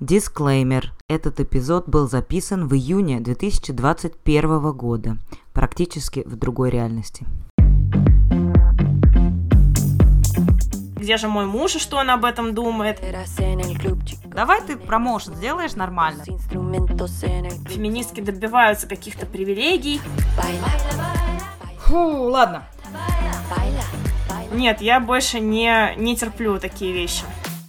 Дисклеймер. Этот эпизод был записан в июне 2021 года, практически в другой реальности. Где же мой муж и что он об этом думает? Давай ты промоушен сделаешь нормально. Феминистки добиваются каких-то привилегий. Фу, ладно. Нет, я больше не терплю такие вещи.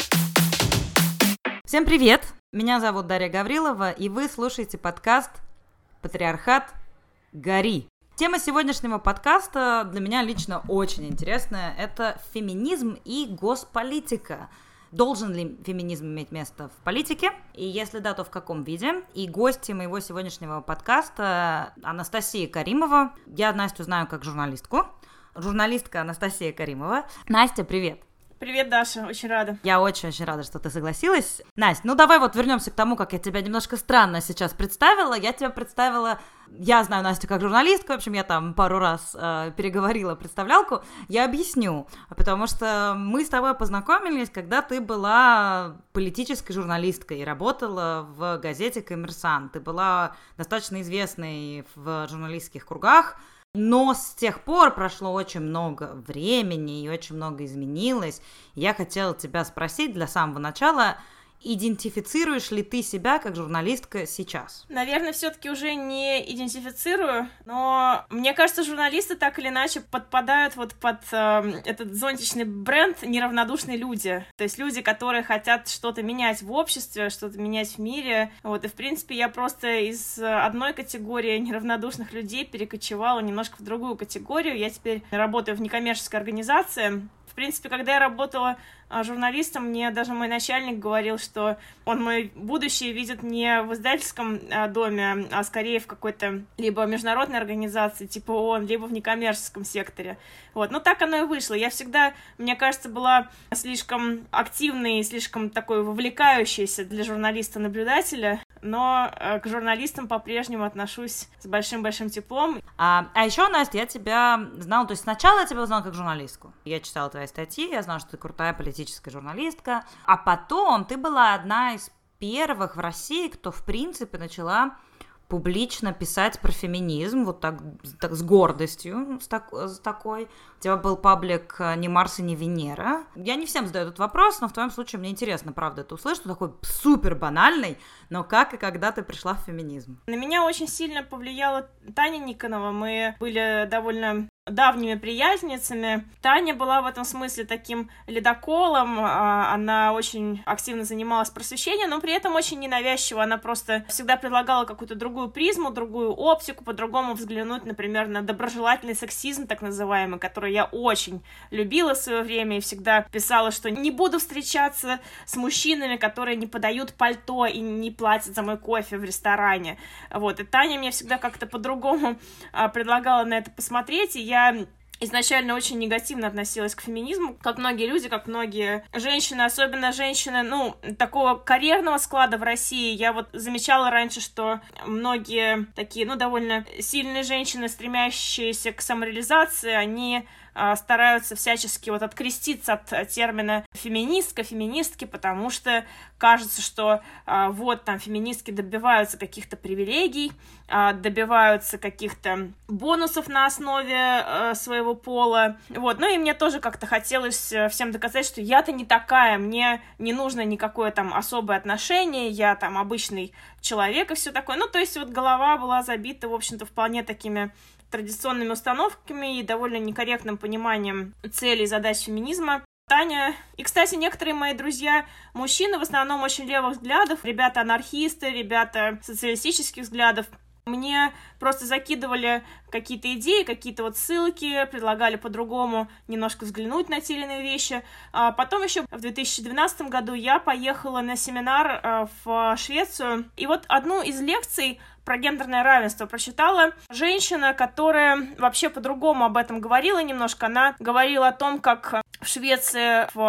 Всем привет! Меня зовут Дарья Гаврилова, и вы слушаете подкаст «Патриархат. Гори». Тема сегодняшнего подкаста для меня лично очень интересная. Это феминизм и госполитика. Должен ли феминизм иметь место в политике? И если да, то в каком виде? И гости моего сегодняшнего подкаста Анастасия Каримова. Я Настю знаю как журналистку. Журналистка Анастасия Каримова. Настя, привет! Привет, Даша, очень рада. Я очень-очень рада, что ты согласилась. Настя, ну давай вот вернемся к тому, как я тебя немножко странно сейчас представила. Я тебя представила, я знаю Настю как журналистку, в общем, я там пару раз переговорила представлялку. Я объясню, потому что мы с тобой познакомились, когда ты была политической журналисткой и работала в газете «Коммерсант». Ты была достаточно известной в журналистских кругах. Но с тех пор прошло очень много времени и очень много изменилось. Я хотела тебя спросить для самого начала, идентифицируешь ли ты себя как журналистка сейчас? Наверное, все-таки уже не идентифицирую, но мне кажется, журналисты так или иначе подпадают вот под этот зонтичный бренд «неравнодушные люди». То есть люди, которые хотят что-то менять в обществе, что-то менять в мире. Вот, и, в принципе, я просто из одной категории неравнодушных людей перекочевала немножко в другую категорию. Я теперь работаю в некоммерческой организации. В принципе, когда я работала журналистом, мне даже мой начальник говорил, что он мое будущее видит не в издательском доме, а скорее в какой-то либо международной организации типа ООН, либо в некоммерческом секторе. Вот. Но так оно и вышло. Я всегда, мне кажется, была слишком активной, слишком такой вовлекающейся для журналиста-наблюдателя, но к журналистам по-прежнему отношусь с большим-большим теплом. А еще, Настя, я тебя знала, то есть сначала я тебя узнала как журналистку. Я читала твои статьи, я знала, что ты крутая политическая журналистка, а потом ты была одна из первых в России, кто, в принципе, начала публично писать про феминизм, вот так с гордостью, с такой. У тебя был паблик «Ни Марс и ни Венера». Я не всем задаю этот вопрос, но в твоем случае мне интересно, правда, это услышать, что такой супер банальный, но как и когда ты пришла в феминизм? На меня очень сильно повлияла Таня Никонова. Мы были довольно давними приятельницами. Таня была в этом смысле таким ледоколом, она очень активно занималась просвещением, но при этом очень ненавязчиво, она просто всегда предлагала какую-то другую призму, другую оптику, по-другому взглянуть, например, на доброжелательный сексизм, так называемый, который я очень любила в свое время и всегда писала, что не буду встречаться с мужчинами, которые не подают пальто и не платят за мой кофе в ресторане. Вот. И Таня мне всегда как-то по-другому предлагала на это посмотреть, и я изначально очень негативно относилась к феминизму, как многие люди, как многие женщины, особенно женщины, такого карьерного склада в России. Я вот замечала раньше, что многие такие, довольно сильные женщины, стремящиеся к самореализации, они стараются всячески откреститься от термина феминистка, феминистки, потому что кажется, что феминистки добиваются каких-то привилегий, добиваются каких-то бонусов на основе своего пола. Вот. И мне тоже как-то хотелось всем доказать, что я-то не такая, мне не нужно никакое особое отношение, я обычный человек и все такое. То есть голова была забита, в общем-то, вполне такими традиционными установками и довольно некорректным пониманием целей и задач феминизма. Таня и, кстати, некоторые мои друзья мужчины, в основном очень левых взглядов, ребята-анархисты, ребята социалистических взглядов, мне просто закидывали какие-то идеи, какие-то ссылки, предлагали по-другому немножко взглянуть на те или иные вещи. А потом еще в 2012 году я поехала на семинар в Швецию, и одну из лекций про гендерное равенство прочитала женщина, которая вообще по-другому об этом говорила немножко. Она говорила о том, как в Швеции в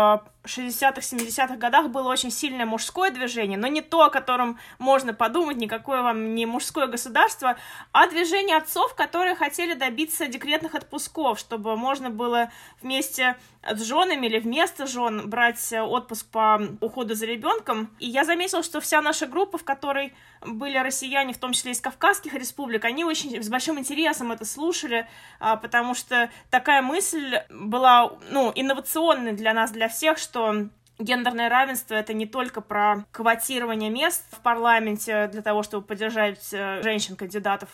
60-х, 70-х годах было очень сильное мужское движение, но не то, о котором можно подумать, никакое вам не мужское государство, а движение отцов, которые хотели добиться декретных отпусков, чтобы можно было вместе с женами или вместо жен брать отпуск по уходу за ребенком. И я заметила, что вся наша группа, в которой были россияне, в том числе из Кавказских республик, они очень с большим интересом это слушали, потому что такая мысль была, инновационной для нас, для всех, что гендерное равенство — это не только про квотирование мест в парламенте для того, чтобы поддержать женщин-кандидатов,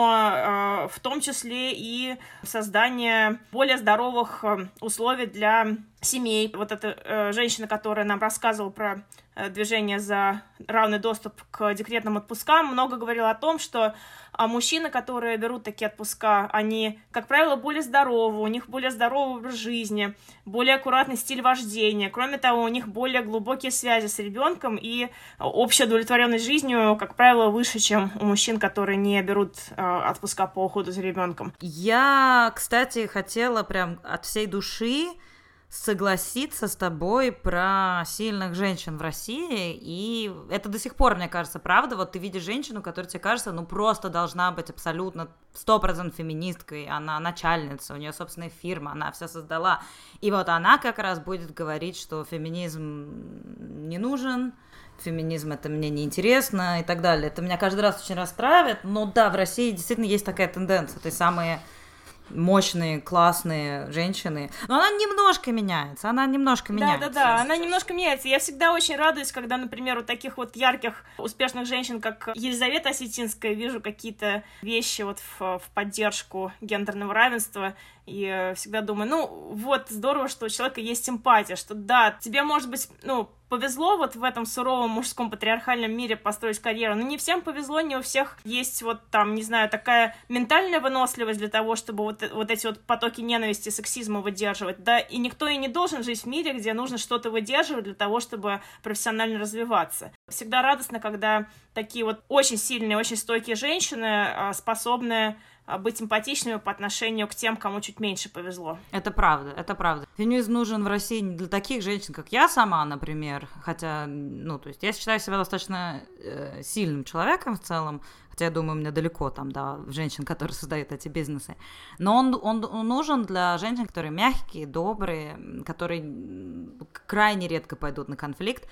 но в том числе и создание более здоровых условий для семей. Вот эта женщина, которая нам рассказывала про движение за равный доступ к декретным отпускам, много говорила о том, что мужчины, которые берут такие отпуска, они, как правило, более здоровы, у них более здоровый образ жизни, более аккуратный стиль вождения. Кроме того, у них более глубокие связи с ребенком, и общая удовлетворенность жизнью, как правило, выше, чем у мужчин, которые не берут отпуска по уходу за ребенком. Я, кстати, хотела прям от всей души согласиться с тобой про сильных женщин в России, и это до сих пор, мне кажется, правда. Вот ты видишь женщину, которая тебе кажется, просто должна быть абсолютно 100% феминисткой, она начальница, у нее собственная фирма, она все создала, и вот она как раз будет говорить, что феминизм не нужен, феминизм это мне не интересно и так далее. Это меня каждый раз очень расстраивает, но да, в России действительно есть такая тенденция, то есть самые мощные, классные женщины. Но она немножко меняется, Да, она немножко меняется. Я всегда очень радуюсь, когда, например, у таких вот ярких, успешных женщин, как Елизавета Осетинская, вижу какие-то вещи вот в поддержку гендерного равенства, и всегда думаю, здорово, что у человека есть эмпатия, что да, тебе, может быть, повезло вот в этом суровом мужском патриархальном мире построить карьеру, но не всем повезло, не у всех есть такая ментальная выносливость для того, чтобы вот эти вот потоки ненависти, сексизма выдерживать, да, и никто и не должен жить в мире, где нужно что-то выдерживать для того, чтобы профессионально развиваться. Всегда радостно, когда такие вот очень сильные, очень стойкие женщины способны быть эмпатичными по отношению к тем, кому чуть меньше повезло. Это правда. Феминизм нужен в России не для таких женщин, как я сама, например, хотя, то есть я считаю себя достаточно сильным человеком в целом, хотя я думаю, мне далеко до женщин, которые создают эти бизнесы, но он нужен для женщин, которые мягкие, добрые, которые крайне редко пойдут на конфликт,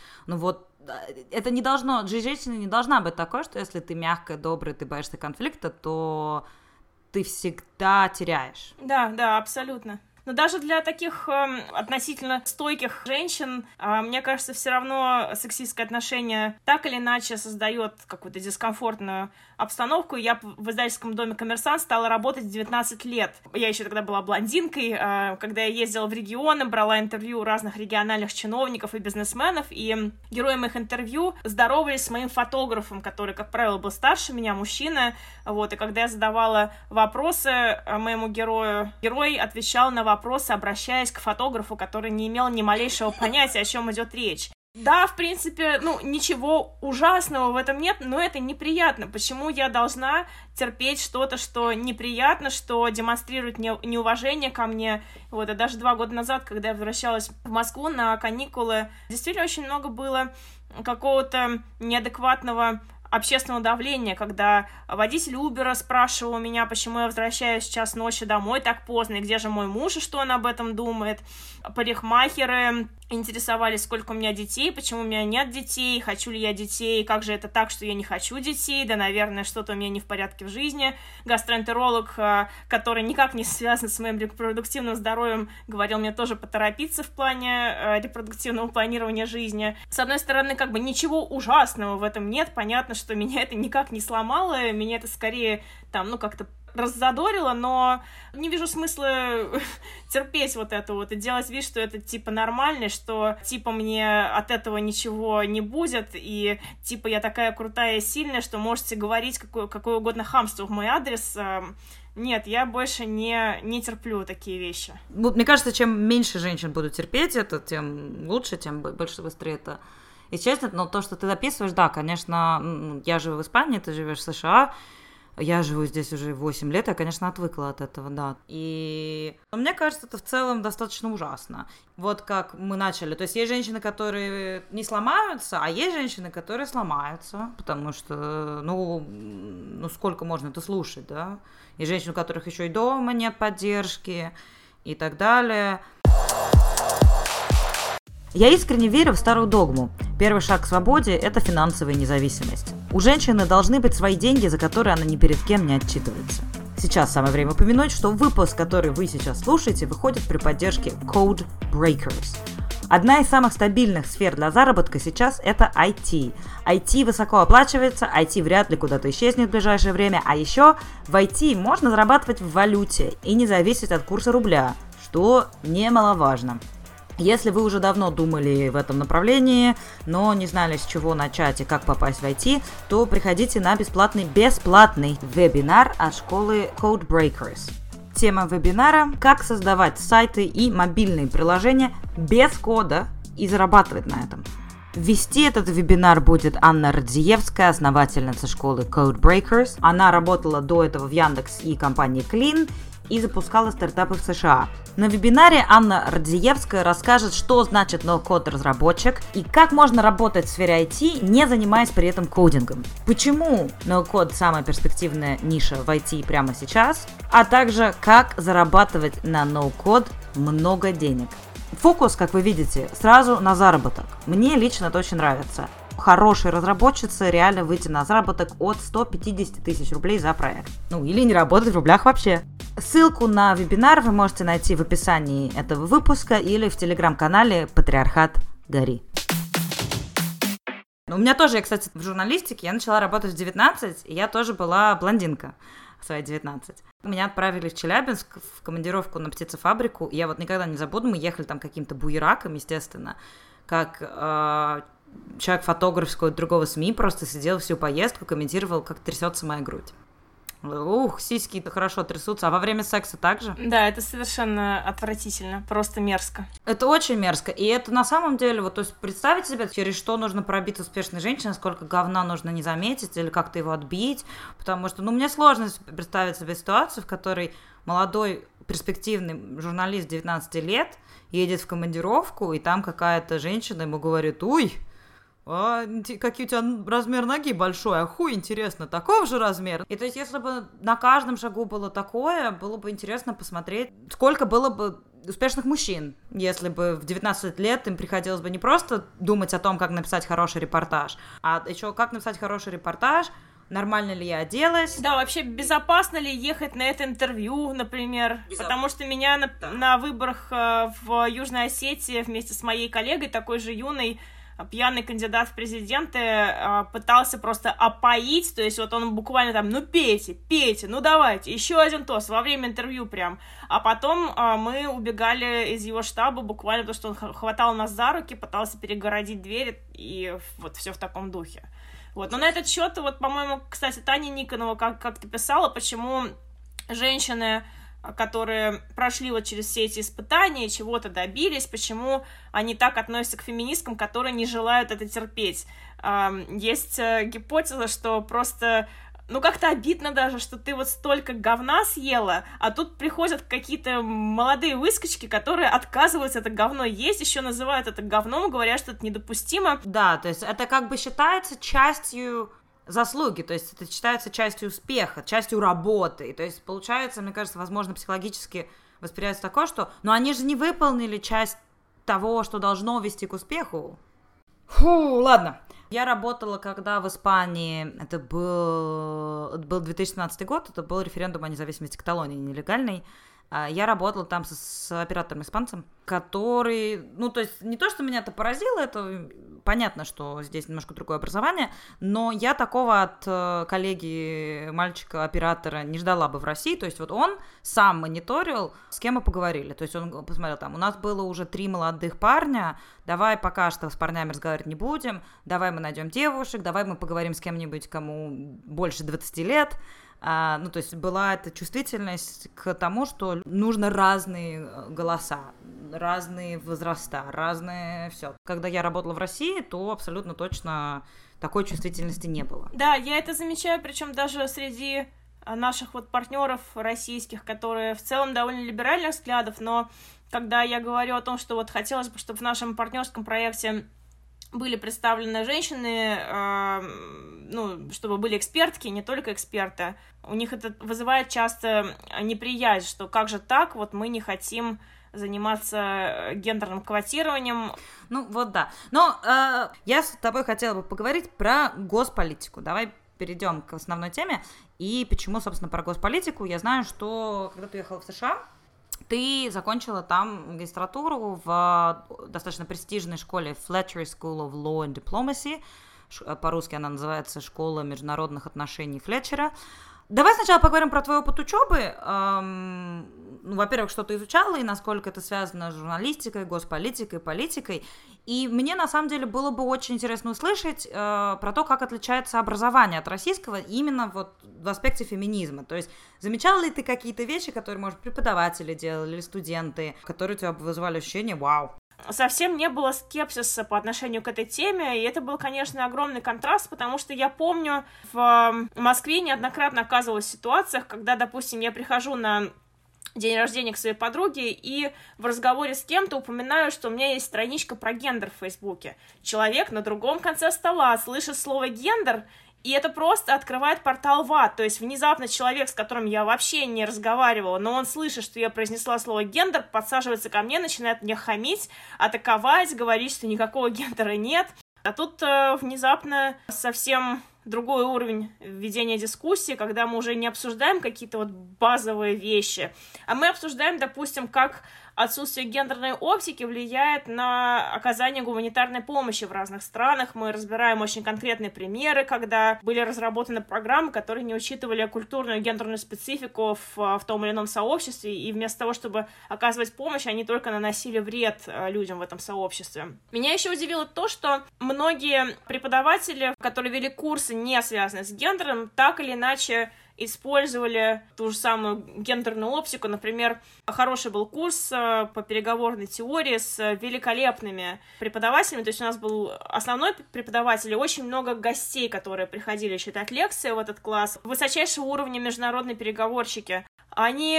это не должно, женщина не должна быть такой, что если ты мягкая, добрая, ты боишься конфликта, то ты всегда теряешь. Да, абсолютно. Но даже для таких относительно стойких женщин, мне кажется, все равно сексистское отношение так или иначе создает какую-то дискомфортную обстановку. Я в издательском доме «Коммерсант» стала работать в 19 лет. Я еще тогда была блондинкой, когда я ездила в регионы, брала интервью у разных региональных чиновников и бизнесменов, и герои моих интервью здоровались с моим фотографом, который, как правило, был старше меня, мужчина, и когда я задавала вопросы моему герою, герой отвечал на вопросы, обращаясь к фотографу, который не имел ни малейшего понятия, о чем идет речь. Да, в принципе, ничего ужасного в этом нет, но это неприятно. Почему я должна терпеть что-то, что неприятно, что демонстрирует неуважение ко мне? И даже 2 года назад, когда я возвращалась в Москву на каникулы, действительно очень много было какого-то неадекватного общественного давления, когда водитель Убера спрашивал меня, почему я возвращаюсь в час ночи домой так поздно, и где же мой муж, и что он об этом думает. Парикмахеры интересовались, сколько у меня детей, почему у меня нет детей, хочу ли я детей, как же это так, что я не хочу детей, да, наверное, что-то у меня не в порядке в жизни. Гастроэнтеролог, который никак не связан с моим репродуктивным здоровьем, говорил мне тоже поторопиться в плане репродуктивного планирования жизни. С одной стороны, ничего ужасного в этом нет, понятно, что меня это никак не сломало, меня это скорее как-то раззадорило, но не вижу смысла терпеть это и делать вид, что это нормально, что мне от этого ничего не будет, и я такая крутая и сильная, что можете говорить какое угодно хамство в мой адрес. Нет, я больше не терплю такие вещи. Мне кажется, чем меньше женщин будут терпеть это, тем лучше, тем больше быстрее это исчезнет. Но то, что ты описываешь, да, конечно, я живу в Испании, ты живешь в США, Я живу здесь уже 8 лет, я, конечно, отвыкла от этого, да. И мне кажется, это в целом достаточно ужасно. Вот как мы начали. То есть есть женщины, которые не сломаются, а есть женщины, которые сломаются, потому что, ну сколько можно это слушать, да? И женщин, у которых еще и дома нет поддержки и так далее. Я искренне верю в старую догму. Первый шаг к свободе – это финансовая независимость. У женщины должны быть свои деньги, за которые она ни перед кем не отчитывается. Сейчас самое время упомянуть, что выпуск, который вы сейчас слушаете, выходит при поддержке Code Breakers. Одна из самых стабильных сфер для заработка сейчас – это IT. IT высоко оплачивается, IT вряд ли куда-то исчезнет в ближайшее время, а еще в IT можно зарабатывать в валюте и не зависеть от курса рубля, что немаловажно. Если вы уже давно думали в этом направлении, но не знали, с чего начать и как попасть в IT, то приходите на бесплатный вебинар от школы Code Breakers. Тема вебинара – как создавать сайты и мобильные приложения без кода и зарабатывать на этом. Вести этот вебинар будет Анна Радзиевская, основательница школы Code Breakers. Она работала до этого в Яндекс и компании Clean и запускала стартапы в США. На вебинаре Анна Радзиевская расскажет, что значит ноу-код-разработчик и как можно работать в сфере IT, не занимаясь при этом кодингом. Почему ноу-код самая перспективная ниша в IT прямо сейчас, а также как зарабатывать на ноу-код много денег. Фокус, как вы видите, сразу на заработок. Мне лично это очень нравится. Хорошей разработчице реально выйти на заработок от 150 тысяч рублей за проект. Ну, или не работать в рублях вообще. Ссылку на вебинар вы можете найти в описании этого выпуска или в телеграм-канале «Патриархат Гори». У меня тоже, кстати, в журналистике я начала работать в 19, и я тоже была блондинка в свои 19. Меня отправили в Челябинск в командировку на птицефабрику, и я вот никогда не забуду, мы ехали там каким-то буераком, естественно, как человек-фотограф с какого-то другого СМИ просто сидел всю поездку, комментировал, как трясется моя грудь. Ух, сиськи-то хорошо трясутся, а во время секса также? Да, это совершенно отвратительно, просто мерзко. Это очень мерзко, и это на самом деле, вот, то есть представить себе, через что нужно пробить успешной женщине, сколько говна нужно не заметить или как-то его отбить, потому что, мне сложно представить себе ситуацию, в которой молодой перспективный журналист 19 лет едет в командировку, и там какая-то женщина ему говорит: «Уй, какой у тебя размер ноги большой, а хуй, интересно, такого же размера». И то есть, если бы на каждом шагу было такое, было бы интересно посмотреть, сколько было бы успешных мужчин, если бы в 19 лет им приходилось бы не просто думать о том, как написать хороший репортаж, а еще как написать хороший репортаж, нормально ли я оделась. Да, вообще безопасно ли ехать на это интервью, например, потому что меня на выборах в Южной Осетии вместе с моей коллегой, такой же юной, пьяный кандидат в президенты, пытался просто опоить, то есть вот он буквально там: «Ну пейте, ну давайте, еще один тост», во время интервью прям. А потом мы убегали из его штаба буквально, потому что он хватал нас за руки, пытался перегородить двери, и вот все в таком духе. Вот. Но на этот счет, вот, по-моему, кстати, Таня Никонова как-то писала, почему женщины, которые прошли вот через все эти испытания, чего-то добились, почему они так относятся к феминисткам, которые не желают это терпеть. Есть гипотеза, что просто, как-то обидно даже, что ты вот столько говна съела, а тут приходят какие-то молодые выскочки, которые отказываются это говно есть, еще называют это говном, говорят, что это недопустимо. Да, то есть это как бы считается частью заслуги, то есть это считается частью успеха, частью работы, и то есть получается, мне кажется, возможно, психологически воспринимается такое, что они же не выполнили часть того, что должно вести к успеху. Ладно. Я работала, когда в Испании, это был 2017 год, это был референдум о независимости Каталонии, нелегальный. Я работала там с оператором-испанцем, который, то есть не то, что меня это поразило, это понятно, что здесь немножко другое образование, но я такого от коллеги мальчика-оператора не ждала бы в России, то есть вот он сам мониторил, с кем мы поговорили, то есть он посмотрел там, у нас было уже 3 молодых парня, давай пока что с парнями разговаривать не будем, давай мы найдем девушек, давай мы поговорим с кем-нибудь, кому больше 20 лет, то есть была эта чувствительность к тому, что нужно разные голоса, разные возраста, разные все. Когда я работала в России, то абсолютно точно такой чувствительности не было. Да, я это замечаю, причем даже среди наших вот партнеров российских, которые в целом довольно либеральных взглядов, но когда я говорю о том, что вот хотелось бы, чтобы в нашем партнерском проекте были представлены женщины, чтобы были экспертки, не только эксперты, у них это вызывает часто неприязнь, что как же так, вот мы не хотим заниматься гендерным квотированием. Ну, вот да. Но я с тобой хотела бы поговорить про госполитику. Давай перейдем к основной теме. И почему, собственно, про госполитику? Я знаю, что когда ты уехала в США, ты закончила там магистратуру в достаточно престижной школе Fletcher School of Law and Diplomacy. По-русски она называется «Школа международных отношений Флетчера». Давай сначала поговорим про твой опыт учебы. Во-первых, что ты изучала и насколько это связано с журналистикой, госполитикой, политикой. И мне, на самом деле, было бы очень интересно услышать про то, как отличается образование от российского именно вот в аспекте феминизма. То есть замечала ли ты какие-то вещи, которые, может, преподаватели делали или студенты, которые у тебя вызывали ощущение «вау»? Совсем не было скепсиса по отношению к этой теме, и это был, конечно, огромный контраст, потому что я помню, в Москве неоднократно оказывалась в ситуациях, когда, допустим, я прихожу на день рождения к своей подруге и в разговоре с кем-то упоминаю, что у меня есть страничка про гендер в Фейсбуке. Человек на другом конце стола слышит слово «гендер», и это просто открывает портал в ад. То есть внезапно человек, с которым я вообще не разговаривала, но он слышит, что я произнесла слово «гендер», подсаживается ко мне, начинает мне хамить, атаковать, говорить, что никакого гендера нет. А тут внезапно совсем другой уровень ведения дискуссии, когда мы уже не обсуждаем какие-то вот базовые вещи, а мы обсуждаем, допустим, как отсутствие гендерной оптики влияет на оказание гуманитарной помощи в разных странах. Мы разбираем очень конкретные примеры, когда были разработаны программы, которые не учитывали культурную гендерную специфику в том или ином сообществе, и вместо того, чтобы оказывать помощь, они только наносили вред людям в этом сообществе. Меня еще удивило то, что многие преподаватели, которые вели курсы, не связанные с гендером, так или иначе использовали ту же самую гендерную оптику. Например, хороший был курс по переговорной теории с великолепными преподавателями. То есть у нас был основной преподаватель и очень много гостей, которые приходили читать лекции в этот класс. Высочайшего уровня международные переговорщики. Они,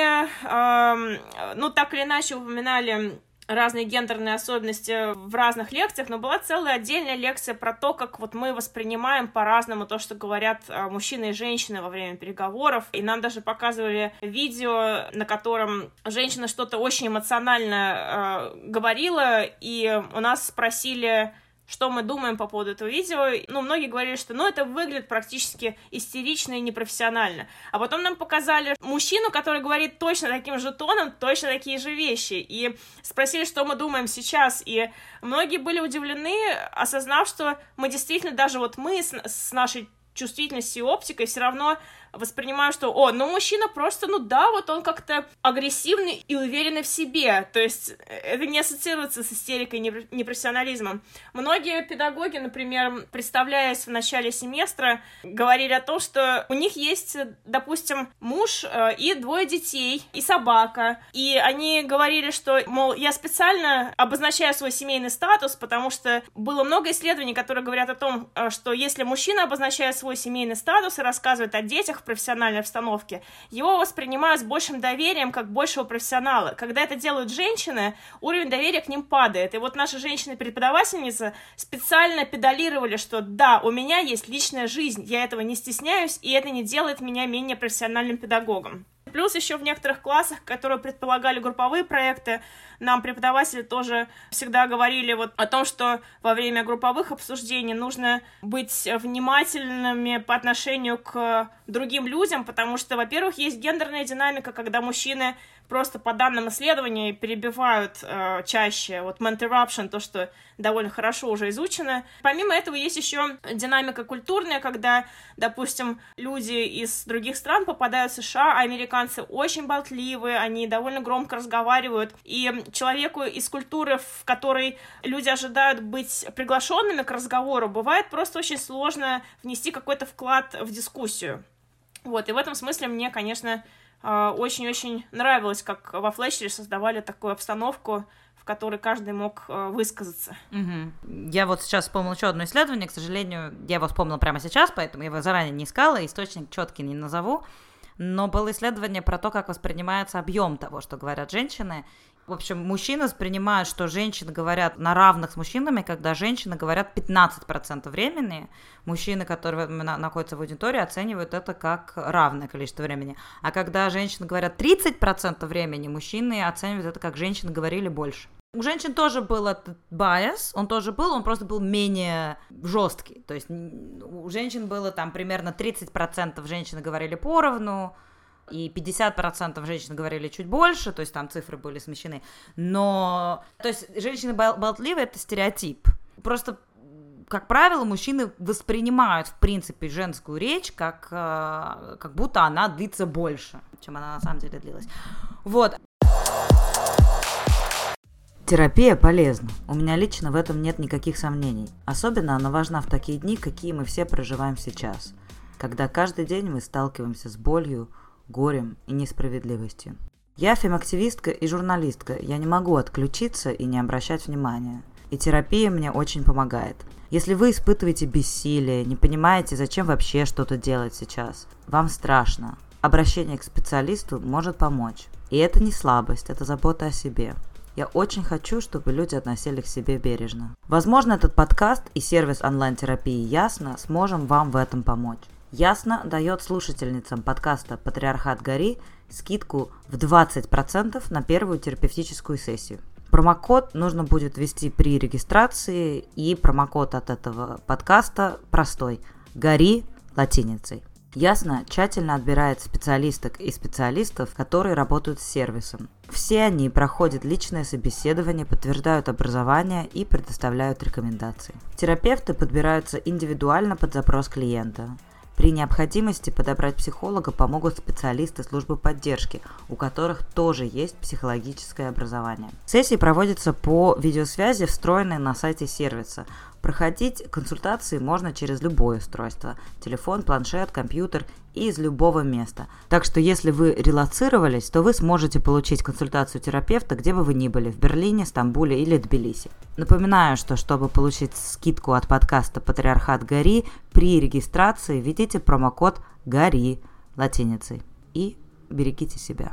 так или иначе упоминали разные гендерные особенности в разных лекциях, но была целая отдельная лекция про то, как вот мы воспринимаем по-разному то, что говорят мужчины и женщины во время переговоров, и нам даже показывали видео, на котором женщина что-то очень эмоционально говорила, и у нас спросили, что мы думаем по поводу этого видео. Многие говорили, что это выглядит практически истерично и непрофессионально. А потом нам показали мужчину, который говорит точно таким же тоном, точно такие же вещи. И спросили, что мы думаем сейчас. И многие были удивлены, осознав, что мы действительно, даже вот мы с нашей чувствительностью и оптикой все равно воспринимаю, что, мужчина просто, он как-то агрессивный и уверенный в себе, то есть это не ассоциируется с истерикой и непрофессионализмом. Многие педагоги, например, представляясь в начале семестра, говорили о том, что у них есть, допустим, муж и 2 детей, и собака, и они говорили, что, я специально обозначаю свой семейный статус, потому что было много исследований, которые говорят о том, что если мужчина обозначает свой семейный статус и рассказывает о детях в профессиональной обстановке, его воспринимают с большим доверием, как большего профессионала. Когда это делают женщины, уровень доверия к ним падает. И вот наши женщины-преподавательницы специально педалировали, что да, у меня есть личная жизнь, я этого не стесняюсь, и это не делает меня менее профессиональным педагогом. Плюс еще в некоторых классах, которые предполагали групповые проекты, нам преподаватели тоже всегда говорили о том, что во время групповых обсуждений нужно быть внимательными по отношению к другим людям, потому что, во-первых, есть гендерная динамика, когда мужчины просто по данным исследований перебивают чаще. Man-interruption, то, что довольно хорошо уже изучено. Помимо этого, есть еще динамика культурная, когда, допустим, люди из других стран попадают в США, а американцы очень болтливые, они довольно громко разговаривают, и человеку из культуры, в которой люди ожидают быть приглашенными к разговору, бывает просто очень сложно внести какой-то вклад в дискуссию. И в этом смысле мне, конечно, очень-очень нравилось, как во Флетчере создавали такую обстановку, в которой каждый мог высказаться. Угу. Я сейчас вспомнила еще одно исследование, к сожалению, я его вспомнила прямо сейчас, поэтому я его заранее не искала, источник четкий не назову, но было исследование про то, как воспринимается объем того, что говорят женщины. В общем, мужчины воспринимают, что женщины говорят на равных с мужчинами, когда женщины говорят 15% времени. Мужчины, которые находятся в аудитории, оценивают это как равное количество времени. А когда женщины говорят 30% времени, мужчины оценивают это как женщины говорили больше. У женщин тоже был этот bias, он просто был менее жесткий. То есть у женщин было там примерно 30% женщины говорили поровну, и 50% женщин говорили чуть больше, то есть там цифры были смещены. Но, то есть женщины болтливые — это стереотип. Просто, как правило, мужчины воспринимают, в принципе, женскую речь как будто она длится больше, чем она на самом деле длилась. Вот. Терапия полезна. У меня лично в этом нет никаких сомнений. Особенно она важна в такие дни, какие мы все проживаем сейчас, когда каждый день мы сталкиваемся с болью, горем и несправедливостью. Я фемактивистка и журналистка, я не могу отключиться и не обращать внимания. И терапия мне очень помогает. Если вы испытываете бессилие, не понимаете, зачем вообще что-то делать сейчас, вам страшно, обращение к специалисту может помочь. И это не слабость, это забота о себе. Я очень хочу, чтобы люди относились к себе бережно. Возможно, этот подкаст и сервис онлайн-терапии «Ясно» сможем вам в этом помочь. «Ясно» дает слушательницам подкаста «Патриархат Гори» скидку в 20% на первую терапевтическую сессию. Промокод нужно будет ввести при регистрации, и промокод от этого подкаста простой – «Гори» латиницей. «Ясно» тщательно отбирает специалисток и специалистов, которые работают с сервисом. Все они проходят личное собеседование, подтверждают образование и предоставляют рекомендации. Терапевты подбираются индивидуально под запрос клиента. При необходимости подобрать психолога помогут специалисты службы поддержки, у которых тоже есть психологическое образование. Сессии проводятся по видеосвязи, встроенной на сайте сервиса. Проходить консультации можно через любое устройство – телефон, планшет, компьютер и из любого места. Так что если вы релоцировались, то вы сможете получить консультацию терапевта, где бы вы ни были – в Берлине, Стамбуле или Тбилиси. Напоминаю, что чтобы получить скидку от подкаста «Патриархат Гори», при регистрации введите промокод «Гори» латиницей и берегите себя.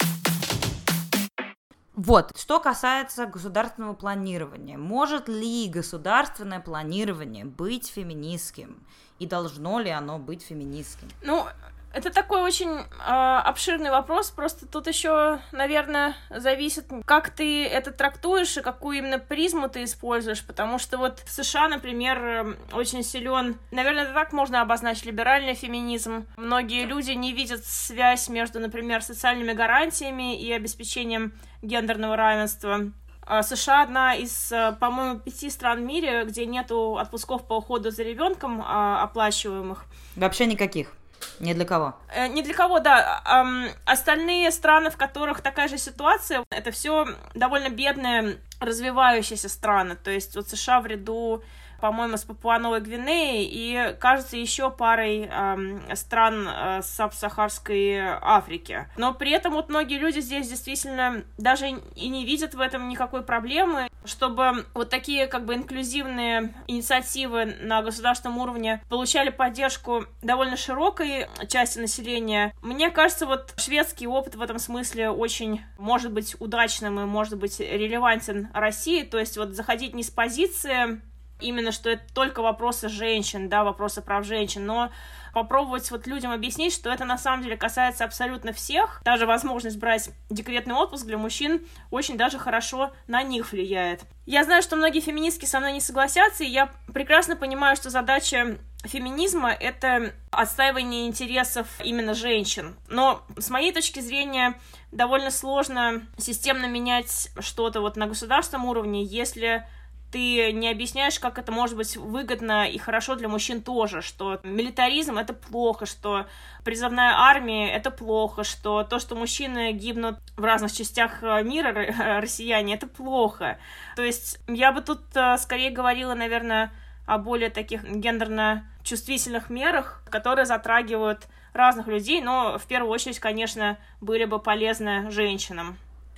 Вот, что касается государственного планирования. Может ли государственное планирование быть феминистским? И должно ли оно быть феминистским? Ну, это такой очень обширный вопрос, просто тут еще, наверное, зависит, как ты это трактуешь и какую именно призму ты используешь, потому что вот в США, например, очень силен, наверное, это так можно обозначить, либеральный феминизм. Многие люди не видят связь между, например, социальными гарантиями и обеспечением гендерного равенства. США одна из, по-моему, 5 стран в мире, где нету отпусков по уходу за ребенком оплачиваемых. Вообще никаких. Ни для кого. Ни для кого, да. Остальные страны, в которых такая же ситуация, это все довольно бедные, развивающиеся страны. То есть вот США в ряду, по-моему, с Папуа-Новой Гвинеей и, кажется, еще парой стран субсахарской Африки. Но при этом вот многие люди здесь действительно даже и не видят в этом никакой проблемы, чтобы вот такие как бы инклюзивные инициативы на государственном уровне получали поддержку довольно широкой части населения. Мне кажется, вот шведский опыт в этом смысле очень может быть удачным и может быть релевантен России. То есть вот заходить не с позиции именно, что это только вопросы женщин, да, вопросы прав женщин, но попробовать вот людям объяснить, что это на самом деле касается абсолютно всех. Даже возможность брать декретный отпуск для мужчин очень даже хорошо на них влияет. Я знаю, что многие феминистки со мной не согласятся, и я прекрасно понимаю, что задача феминизма — это отстаивание интересов именно женщин. Но с моей точки зрения довольно сложно системно менять что-то вот на государственном уровне, если ты не объясняешь, как это может быть выгодно и хорошо для мужчин тоже, что милитаризм — это плохо, что призывная армия — это плохо, что то, что мужчины гибнут в разных частях мира, россияне, это плохо. То есть я бы тут скорее говорила, наверное, о более таких гендерно чувствительных мерах, которые затрагивают разных людей, но в первую очередь, конечно, были бы полезны женщинам.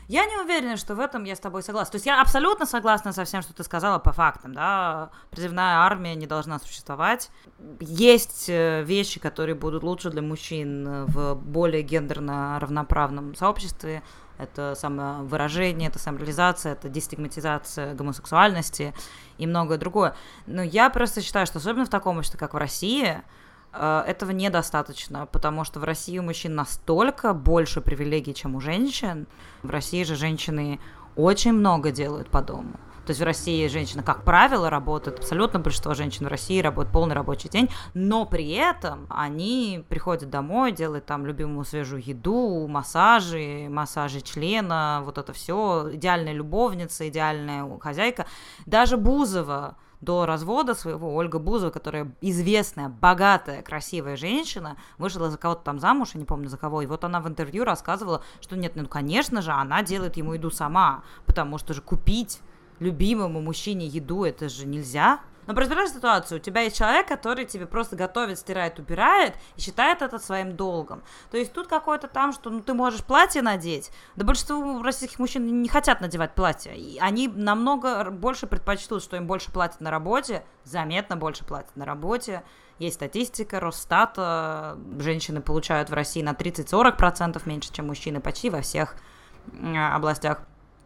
Я не уверена, что в этом я с тобой согласна. То есть я абсолютно согласна со всем, что ты сказала по фактам, да, призывная армия не должна существовать. Есть вещи, которые будут лучше для мужчин в более гендерно равноправном сообществе. Это самовыражение, это самореализация, это дестигматизация гомосексуальности и многое другое. Но я просто считаю, что особенно в таком обществе, как в России, этого недостаточно, потому что в России у мужчин настолько больше привилегий, чем у женщин. В России же женщины очень много делают по дому. То есть в России женщина, как правило, работает, абсолютно большинство женщин в России работает полный рабочий день, но при этом они приходят домой, делают там любимую свежую еду, массажи члена, вот это все, идеальная любовница, идеальная хозяйка. Даже Бузова до развода своего, Ольга Бузова, которая известная, богатая, красивая женщина, вышла за кого-то там замуж, я не помню за кого, и вот она в интервью рассказывала, что нет, ну, конечно же, она делает ему еду сама, потому что же купить любимому мужчине еду, это же нельзя. Но представляешь ситуацию, у тебя есть человек, который тебе просто готовит, стирает, убирает и считает это своим долгом. То есть тут какое-то там, что ты можешь платье надеть. Да большинство российских мужчин не хотят надевать платья. И они намного больше предпочтут, что им больше платят на работе, заметно больше платят на работе. Есть статистика Росстата, женщины получают в России на 30-40% меньше, чем мужчины почти во всех областях.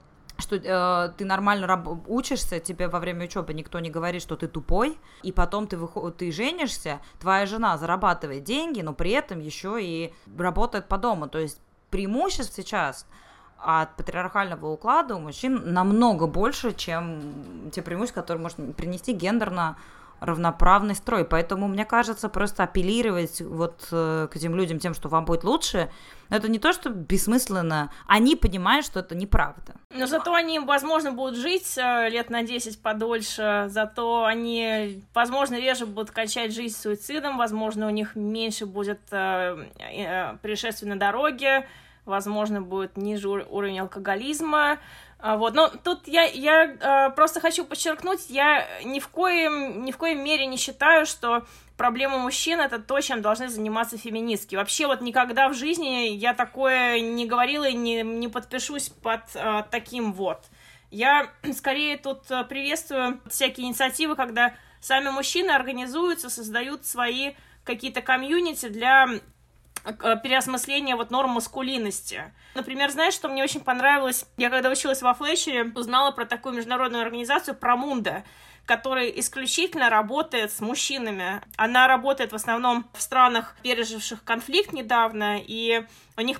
Что ты нормально учишься, тебе во время учебы никто не говорит, что ты тупой, и потом ты женишься, твоя жена зарабатывает деньги, но при этом еще и работает по дому. То есть преимуществ сейчас от патриархального уклада у мужчин намного больше, чем те преимущества, которые может принести гендерно равноправный строй. Поэтому, мне кажется, просто апеллировать вот к этим людям тем, что вам будет лучше, это не то, что бессмысленно. Они понимают, что это неправда. Но зато они, возможно, будут жить лет на 10 подольше, зато они, возможно, реже будут кончать жизнь суицидом, возможно, у них меньше будет происшествий на дороге, возможно, будет ниже уровень алкоголизма. Вот. Но тут я просто хочу подчеркнуть, я ни в коем мере не считаю, что проблема мужчин — это то, чем должны заниматься феминистки. Вообще вот никогда в жизни я такое не говорила и не подпишусь под таким вот. Я скорее тут приветствую всякие инициативы, когда сами мужчины организуются, создают свои какие-то комьюнити для переосмысление вот норм маскулинности. Например, знаешь, что мне очень понравилось? Я когда училась во Флетчере, узнала про такую международную организацию Промунда, которая исключительно работает с мужчинами. Она работает в основном в странах, переживших конфликт недавно, и у них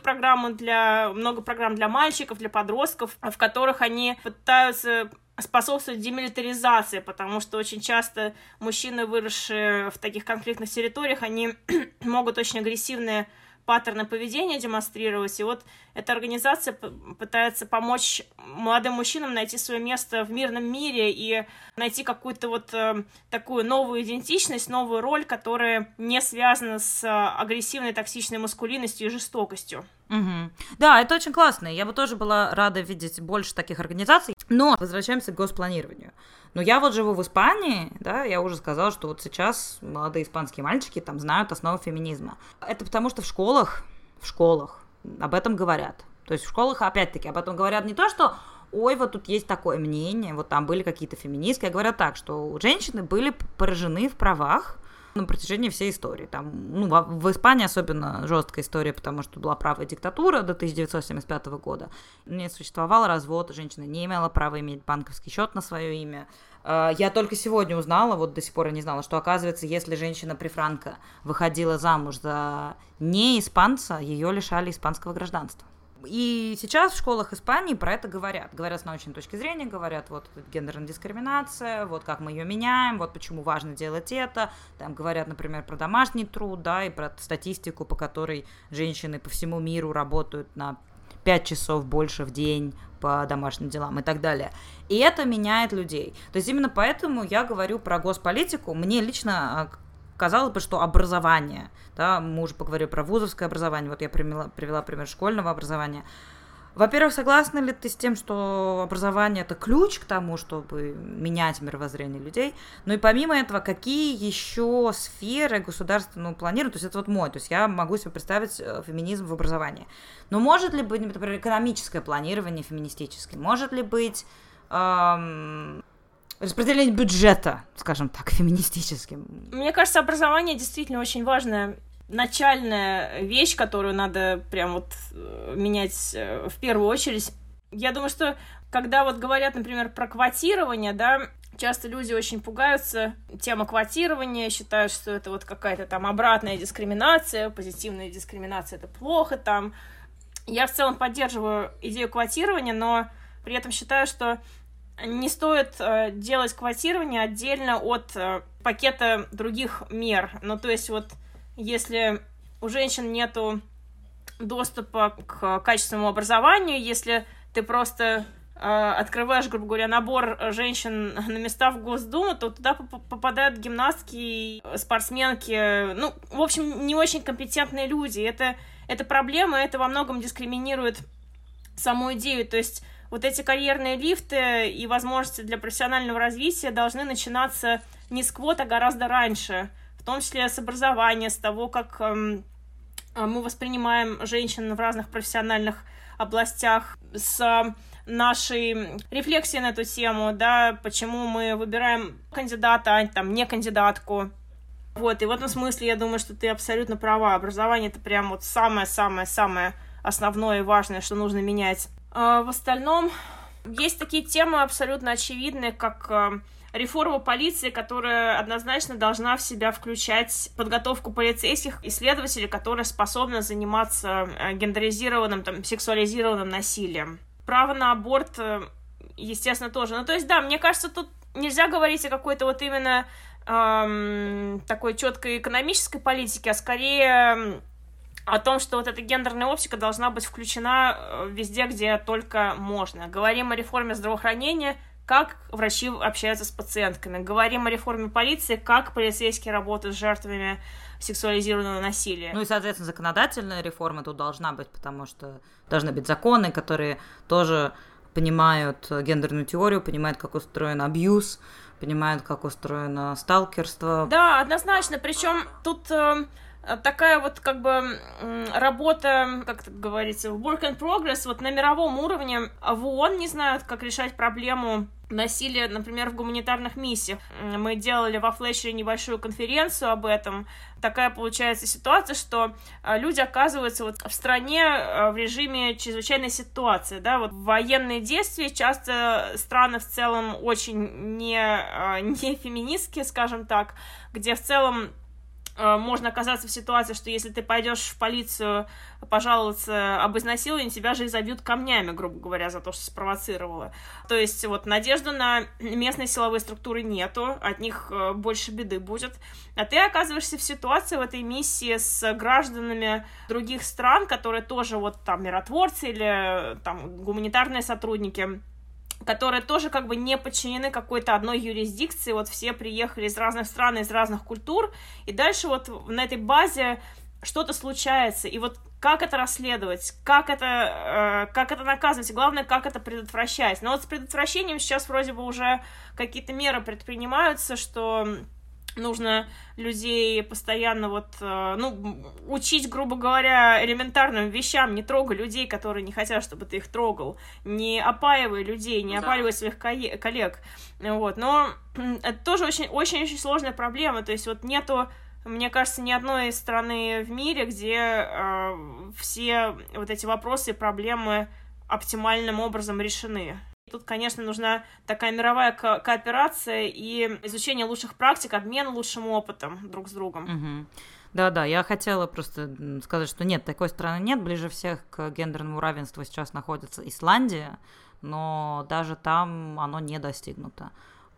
много программ для мальчиков, для подростков, в которых они пытаются способствовать демилитаризации, потому что очень часто мужчины, выросшие в таких конфликтных территориях, они могут очень агрессивные паттерны поведения демонстрировать. И вот эта организация пытается помочь молодым мужчинам найти свое место в мирном мире и найти какую-то вот такую новую идентичность, новую роль, которая не связана с агрессивной, токсичной маскулинностью и жестокостью. Угу. Да, это очень классно. Я бы тоже была рада видеть больше таких организаций. Но возвращаемся к госпланированию. Но я вот живу в Испании, да, я уже сказала, что вот сейчас молодые испанские мальчики там знают основы феминизма. Это потому что в школах об этом говорят. То есть в школах, опять-таки, об этом говорят не то, что ой, вот тут есть такое мнение, вот там были какие-то феминистки, а говорят так, что женщины были поражены в правах на протяжении всей истории. Там, в Испании особенно жесткая история, потому что была правая диктатура до 1975 года. Не существовал развод, женщина не имела права иметь банковский счет на свое имя. Я только сегодня узнала, вот до сих пор я не знала, что, оказывается, если женщина при Франко выходила замуж за не испанца, ее лишали испанского гражданства. И сейчас в школах Испании про это говорят. Говорят с научной точки зрения, говорят, вот гендерная дискриминация, вот как мы ее меняем, вот почему важно делать это. Там говорят, например, про домашний труд, да, и про статистику, по которой женщины по всему миру работают на 5 часов больше в день по домашним делам и так далее. И это меняет людей. То есть именно поэтому я говорю про госполитику. Мне лично казалось бы, что образование, да, мы уже поговорили про вузовское образование, вот я привела пример школьного образования, Во-первых, согласна ли ты с тем, что образование – это ключ к тому, чтобы менять мировоззрение людей? Ну и помимо этого, какие еще сферы государство планирует? То есть это вот мой, то есть я могу себе представить феминизм в образовании. Но может ли быть, например, экономическое планирование феминистическое? Может ли быть распределение бюджета, скажем так, феминистическим? Мне кажется, образование действительно очень важное. Начальная вещь, которую надо прям вот менять в первую очередь. Я думаю, что когда вот говорят, например, про квотирование, да, часто люди очень пугаются темы квотирования, считают, что это вот какая-то там обратная дискриминация, позитивная дискриминация — это плохо там. Я в целом поддерживаю идею квотирования, но при этом считаю, что не стоит делать квотирование отдельно от пакета других мер. Ну, то есть вот если у женщин нету доступа к качественному образованию, если ты просто открываешь, грубо говоря, набор женщин на места в Госдуму, то туда попадают гимнастки, спортсменки, ну, в общем, не очень компетентные люди. Это проблема, это во многом дискриминирует саму идею. То есть вот эти карьерные лифты и возможности для профессионального развития должны начинаться не с квот, а гораздо раньше. В том числе с образования, с того, как мы воспринимаем женщин в разных профессиональных областях, с нашей рефлексией на эту тему, да, почему мы выбираем кандидата, а там не кандидатку. Вот, и в этом смысле я думаю, что ты абсолютно права. Образование — это прям вот самое-самое-самое основное и важное, что нужно менять. А в остальном есть такие темы абсолютно очевидные, как реформа полиции, которая однозначно должна в себя включать подготовку полицейских и следователей, которые способны заниматься гендеризированным, там, сексуализированным насилием. Право на аборт, естественно, тоже. Ну, то есть, да, мне кажется, тут нельзя говорить о какой-то вот именно такой четкой экономической политике, а скорее о том, что вот эта гендерная оптика должна быть включена везде, где только можно. Говорим о реформе здравоохранения, как врачи общаются с пациентками. Говорим о реформе полиции, как полицейские работают с жертвами сексуализированного насилия. Ну и, соответственно, законодательная реформа тут должна быть, потому что должны быть законы, которые тоже понимают гендерную теорию, понимают, как устроен абьюз, понимают, как устроено сталкерство. Да, однозначно. Причем тут такая вот как бы работа, как это говорится, work in progress, вот на мировом уровне. В ООН не знают, как решать проблему насилия, например, в гуманитарных миссиях. Мы делали во Флетчере небольшую конференцию об этом. Такая получается ситуация, что люди оказываются вот в стране в режиме чрезвычайной ситуации, да, вот военные действия, часто страны в целом очень не феминистские, скажем так, где в целом можно оказаться в ситуации, что если ты пойдешь в полицию пожаловаться об изнасиловании, тебя же изобьют камнями, грубо говоря, за то, что спровоцировала. То есть вот надежды на местные силовые структуры нету, от них больше беды будет. А ты оказываешься в ситуации в этой миссии с гражданами других стран, которые тоже вот там миротворцы или там гуманитарные сотрудники, которые тоже как бы не подчинены какой-то одной юрисдикции, вот все приехали из разных стран, из разных культур, и дальше вот на этой базе что-то случается, и вот как это расследовать, как это наказывать, и главное, как это предотвращать. Но вот с предотвращением сейчас вроде бы уже какие-то меры предпринимаются, что нужно людей постоянно вот, учить, грубо говоря, элементарным вещам. Не трогай людей, которые не хотят, чтобы ты их трогал. Не опаивай людей, не опаивай своих коллег. Вот. Но это тоже очень-очень сложная проблема. То есть вот нету, мне кажется, ни одной страны в мире, где все вот эти вопросы и проблемы оптимальным образом решены. Тут, конечно, нужна такая мировая кооперация и изучение лучших практик, обмен лучшим опытом друг с другом. Угу. Да-да, я хотела просто сказать, что нет, такой страны нет. Ближе всех к гендерному равенству сейчас находится Исландия, но даже там оно не достигнуто.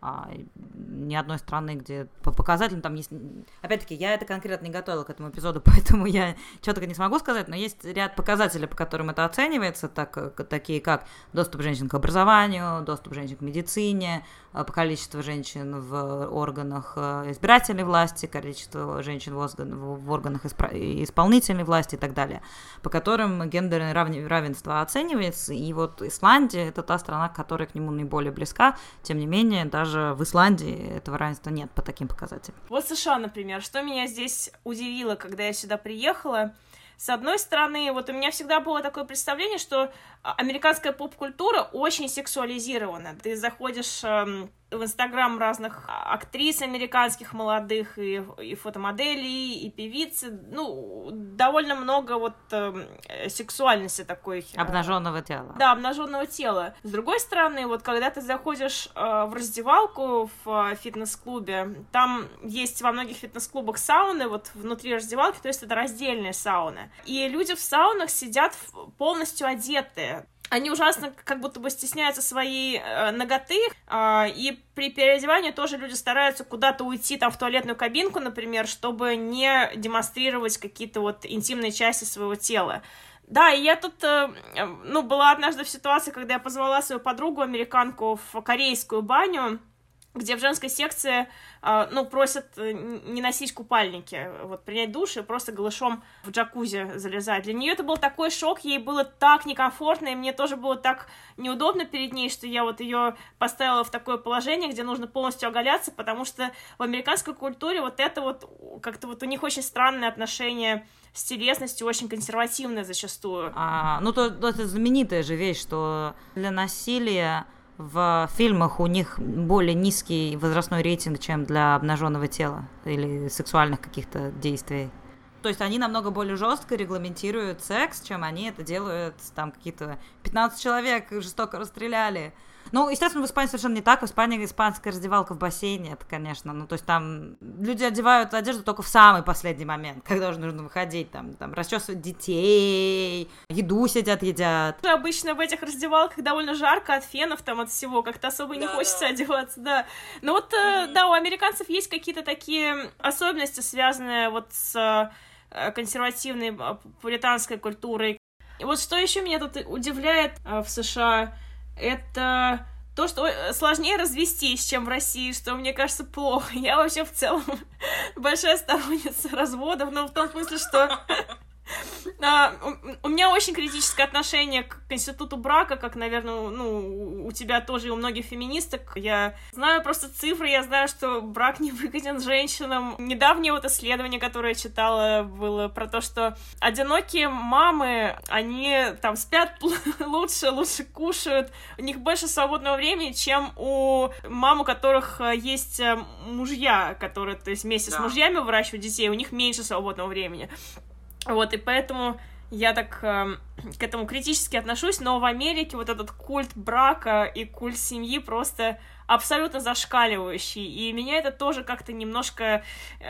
Ни одной страны, где по показателям там есть... Опять-таки, я это конкретно не готовила к этому эпизоду, поэтому я четко не смогу сказать, но есть ряд показателей, по которым это оценивается, такие как доступ женщин к образованию, доступ женщин к медицине, по количеству женщин в органах избирательной власти, количество женщин в органах исполнительной власти и так далее, по которым гендерное равенство оценивается. И вот Исландия — это та страна, которая к нему наиболее близка. Тем не менее, даже в Исландии этого равенства нет по таким показателям. Вот США, например, что меня здесь удивило, когда я сюда приехала. С одной стороны, вот у меня всегда было такое представление, что американская поп-культура очень сексуализирована. Ты заходишь в Инстаграм разных актрис американских молодых, и фотомоделей, и певицы, ну, довольно много вот сексуальности такой. Обнаженного тела. Да, обнаженного тела. С другой стороны, вот когда ты заходишь в раздевалку в фитнес-клубе, там есть во многих фитнес-клубах сауны вот внутри раздевалки, то есть это раздельные сауны. И люди в саунах сидят полностью одетые. Они ужасно как будто бы стесняются своей наготы, и при переодевании тоже люди стараются куда-то уйти там в туалетную кабинку, например, чтобы не демонстрировать какие-то вот интимные части своего тела. Да, и я тут, была однажды в ситуации, когда я позвала свою подругу, американку, в корейскую баню, где в женской секции, просят не носить купальники, вот, принять душ и просто голышом в джакузи залезать. Для нее это был такой шок, ей было так некомфортно, и мне тоже было так неудобно перед ней, что я вот ее поставила в такое положение, где нужно полностью оголяться, потому что в американской культуре вот это вот, как-то вот у них очень странное отношение с телесностью, очень консервативное зачастую. Это знаменитая же вещь, что для насилия в фильмах у них более низкий возрастной рейтинг, чем для обнаженного тела или сексуальных каких-то действий. То есть они намного более жестко регламентируют секс, чем они это делают, там какие-то 15 человек жестоко расстреляли. Ну, естественно, в Испании совершенно не так. В Испании испанская раздевалка в бассейне, это, конечно, то есть там люди одевают одежду только в самый последний момент, когда уже нужно выходить, там расчесывать детей, еду едят. Обычно в этих раздевалках довольно жарко от фенов, там, от всего, как-то особо не хочется одеваться, да. Но вот, у американцев есть какие-то такие особенности, связанные вот с консервативной пуританской культурой. И вот что еще меня тут удивляет в США, это то, что сложнее развестись, чем в России, что, мне кажется, плохо. Я вообще в целом большая сторонница разводов, но в том смысле, что у меня очень критическое отношение к институту брака, как, наверное, у тебя тоже и у многих феминисток. Я знаю просто цифры, я знаю, что брак не выгоден женщинам. Недавнее вот исследование, которое я читала, было про то, что одинокие мамы, они там спят лучше кушают, у них больше свободного времени, чем у мам, у которых есть мужья, которые, то есть вместе с мужьями выращивают детей, у них меньше свободного времени. Вот, и поэтому я так к этому критически отношусь, но в Америке вот этот культ брака и культ семьи просто абсолютно зашкаливающий, и меня это тоже как-то немножко,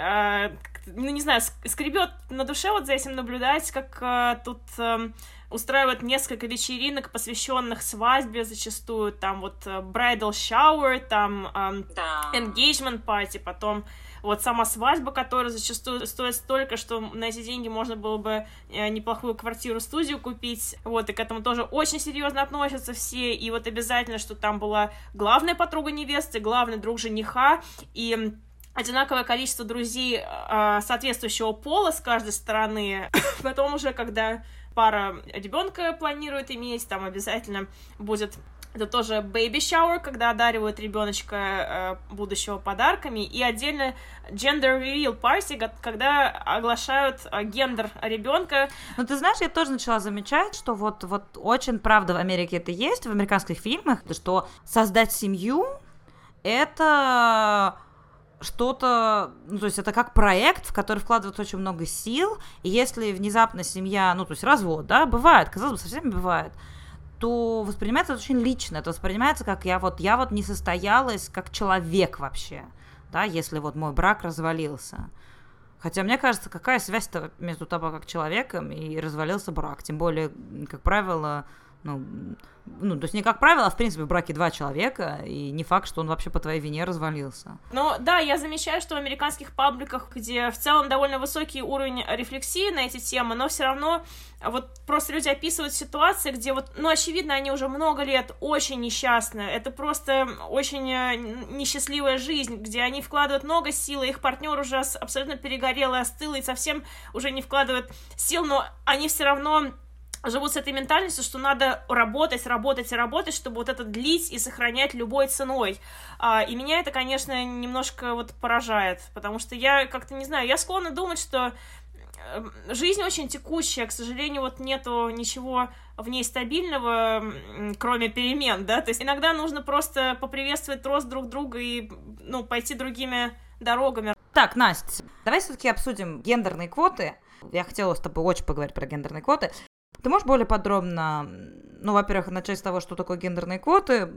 скребет на душе вот за этим наблюдать, как тут устраивают несколько вечеринок, посвященных свадьбе зачастую, там вот bridal shower, там engagement party, потом вот сама свадьба, которая зачастую стоит столько, что на эти деньги можно было бы неплохую квартиру-студию купить, вот, и к этому тоже очень серьезно относятся все, и вот обязательно, что там была главная подруга невесты, главный друг жениха, и одинаковое количество друзей соответствующего пола с каждой стороны. Потом уже, когда пара ребенка планирует иметь, там обязательно будет... Это тоже baby shower, когда одаривают ребеночка будущего подарками, и отдельно gender reveal party, когда оглашают гендер ребенка. Ну, ты знаешь, я тоже начала замечать, что вот очень правда в Америке это есть, в американских фильмах, что создать семью — это что-то, то есть это как проект, в который вкладывается очень много сил, и если внезапно семья, то есть развод, да, бывает, казалось бы, со всеми бывает, то воспринимается это очень лично, это воспринимается как я не состоялась как человек вообще, да, если вот мой брак развалился. Хотя мне кажется, какая связь-то между тобой как человеком и развалился брак, тем более, как правило, То есть не как правило, а в принципе в браке 2 человека, и не факт, что он вообще по твоей вине развалился. Ну да, я замечаю, что в американских пабликах, где в целом довольно высокий уровень рефлексии на эти темы, но все равно вот просто люди описывают ситуации, где очевидно, они уже много лет очень несчастны, это просто очень несчастливая жизнь, где они вкладывают много сил, и их партнер уже абсолютно перегорел и остыл, и совсем уже не вкладывает сил, но они все равно живут с этой ментальностью, что надо работать, чтобы вот это длить и сохранять любой ценой. И меня это, конечно, немножко поражает, потому что я как-то, не знаю, я склонна думать, что жизнь очень текущая, к сожалению, нету ничего в ней стабильного, кроме перемен, да, то есть иногда нужно просто поприветствовать рост друг друга и, пойти другими дорогами. Так, Настя, давай все-таки обсудим гендерные квоты. Я хотела с тобой очень поговорить про гендерные квоты. Ты можешь более подробно, во-первых, начать с того, что такое гендерные квоты,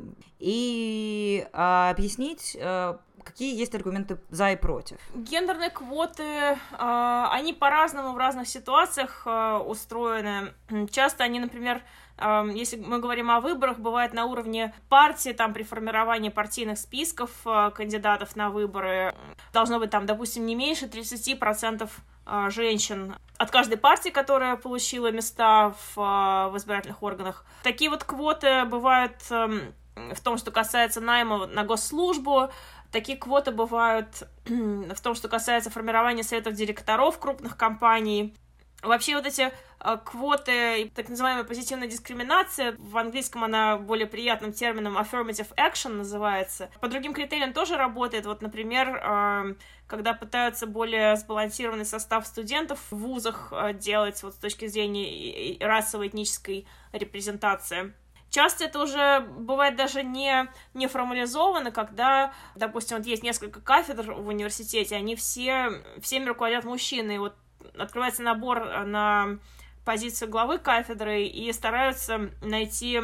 и объяснить, какие есть аргументы за и против? Гендерные квоты, они по-разному в разных ситуациях устроены. Часто они, например, если мы говорим о выборах, бывает на уровне партии, там при формировании партийных списков кандидатов на выборы должно быть там, допустим, не меньше 30% женщин от каждой партии, которая получила места в избирательных органах. Такие квоты бывают в том, что касается найма на госслужбу. Такие квоты бывают в том, что касается формирования советов директоров крупных компаний. Вообще эти квоты, так называемая позитивная дискриминация, в английском она более приятным термином affirmative action называется. По другим критериям тоже работает. Например, когда пытаются более сбалансированный состав студентов в вузах делать с точки зрения расовой, этнической репрезентации. Часто это уже бывает даже не формализовано, когда, допустим, есть несколько кафедр в университете, они всеми руководят мужчины, и открывается набор на позицию главы кафедры и стараются найти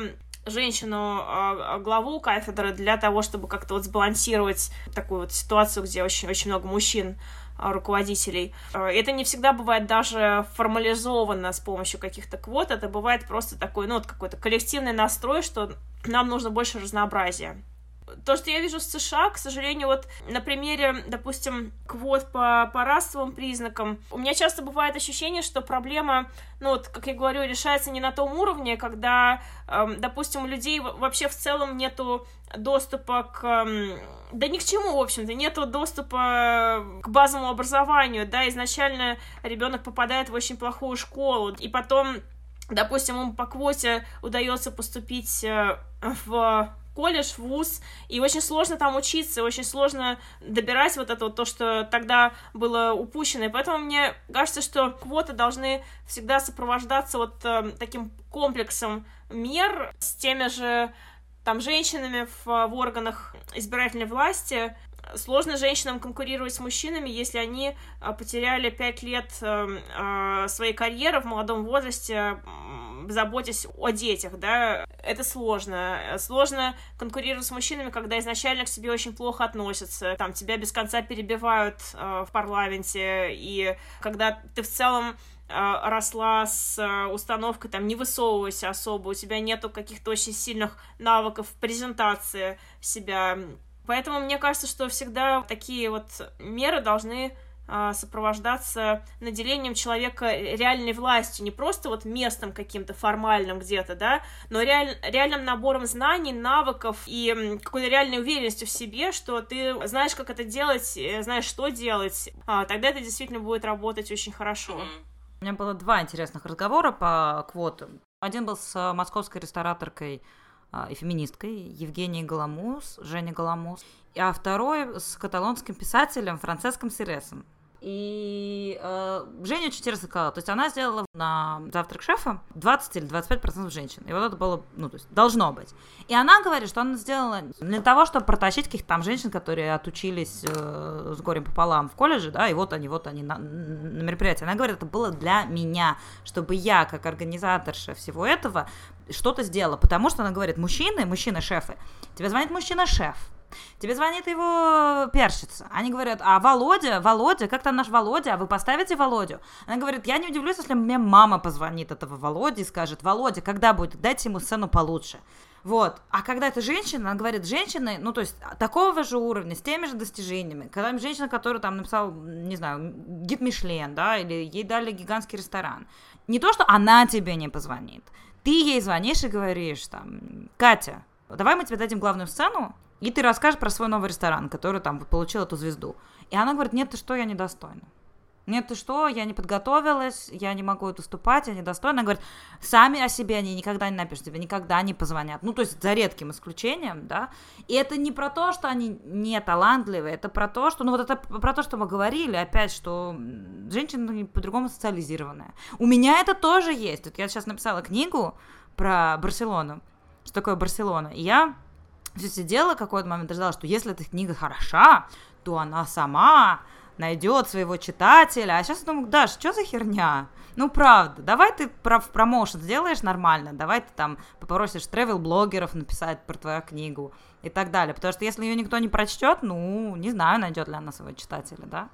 женщину-главу кафедры для того, чтобы как-то сбалансировать такую ситуацию, где очень много мужчин руководителей. Это не всегда бывает даже формализовано с помощью каких-то квот, это бывает просто такой, какой-то коллективный настрой, что нам нужно больше разнообразия. То, что я вижу в США, к сожалению, на примере, допустим, квот по расовым признакам, у меня часто бывает ощущение, что проблема, как я говорю, решается не на том уровне, когда, допустим, у людей вообще в целом нету доступа да ни к чему, в общем-то, нету доступа к базовому образованию, да, изначально ребенок попадает в очень плохую школу, и потом, допустим, ему по квоте удается поступить в колледж, в вуз, и очень сложно там учиться, очень сложно добирать это то, что тогда было упущено, и поэтому мне кажется, что квоты должны всегда сопровождаться таким комплексом мер с теми же женщинами в органах избирательной власти. Сложно женщинам конкурировать с мужчинами, если они потеряли 5 лет своей карьеры в молодом возрасте, заботясь о детях, да, это сложно. Сложно конкурировать с мужчинами, когда изначально к себе очень плохо относятся, тебя без конца перебивают в парламенте, и когда ты в целом росла с установкой, не высовывайся особо, у тебя нету каких-то очень сильных навыков презентации себя. Поэтому мне кажется, что всегда такие меры должны сопровождаться наделением человека реальной властью, не просто знанием каким-то формальным где-то, да, но реальным набором знаний, навыков и какой-то реальной уверенностью в себе, что ты знаешь, как это делать, знаешь, что делать, тогда это действительно будет работать очень хорошо. У меня было 2 интересных разговора по квотам. Один был с московской рестораторкой и феминисткой Евгенией Галамус, Женей Галамус, а второй с каталонским писателем Франциском Сиресом. И Женя очень интересно сказала, то есть она сделала на завтрак шефа 20 или 25% женщин, и это было, то есть должно быть. И она говорит, что она сделала для того, чтобы протащить каких-то женщин, которые отучились с горем пополам в колледже, да, и они на мероприятии. Она говорит, это было для меня, чтобы я, как организаторша всего этого, что-то сделала, потому что она говорит, мужчины-шефы, тебе звонит мужчина-шеф, Тебе звонит его пиарщица. Они говорят, а Володя, как там наш Володя? А вы поставите Володю? Она говорит, я не удивлюсь, если мне мама позвонит этого Володи и скажет, Володя, когда будет? Дайте ему сцену получше. Вот. А когда это женщина, она говорит, женщины, ну, то есть, такого же уровня, с теми же достижениями. Когда женщина, которая там написала, не знаю, гид Мишлен, да, или ей дали гигантский ресторан. Не то, что она тебе не позвонит. Ты ей звонишь и говоришь, там, Катя, давай мы тебе дадим главную сцену, и ты расскажешь про свой новый ресторан, который там получил эту звезду. И она говорит, нет, ты что, я недостойна. Нет, ты что, я не подготовилась, я не могу выступать, я недостойна. Она говорит, сами о себе они никогда не напишут, тебе никогда не позвонят. Ну, то есть за редким исключением, да. И это не про то, что они не талантливые, это про то, что, ну, вот это про то, что мы говорили, опять, что женщины по-другому социализированные. У меня это тоже есть. Вот я сейчас написала книгу про Барселону, что такое Барселона, и я все сидела какой-то момент и ждала, что если эта книга хороша, то она сама найдет своего читателя. А сейчас я думаю, Даш, что за херня? Ну, правда, давай ты промоушен сделаешь нормально, давай ты там попросишь travel-блогеров написать про твою книгу и так далее. Потому что если ее никто не прочтет, ну, не знаю, найдет ли она своего читателя, да?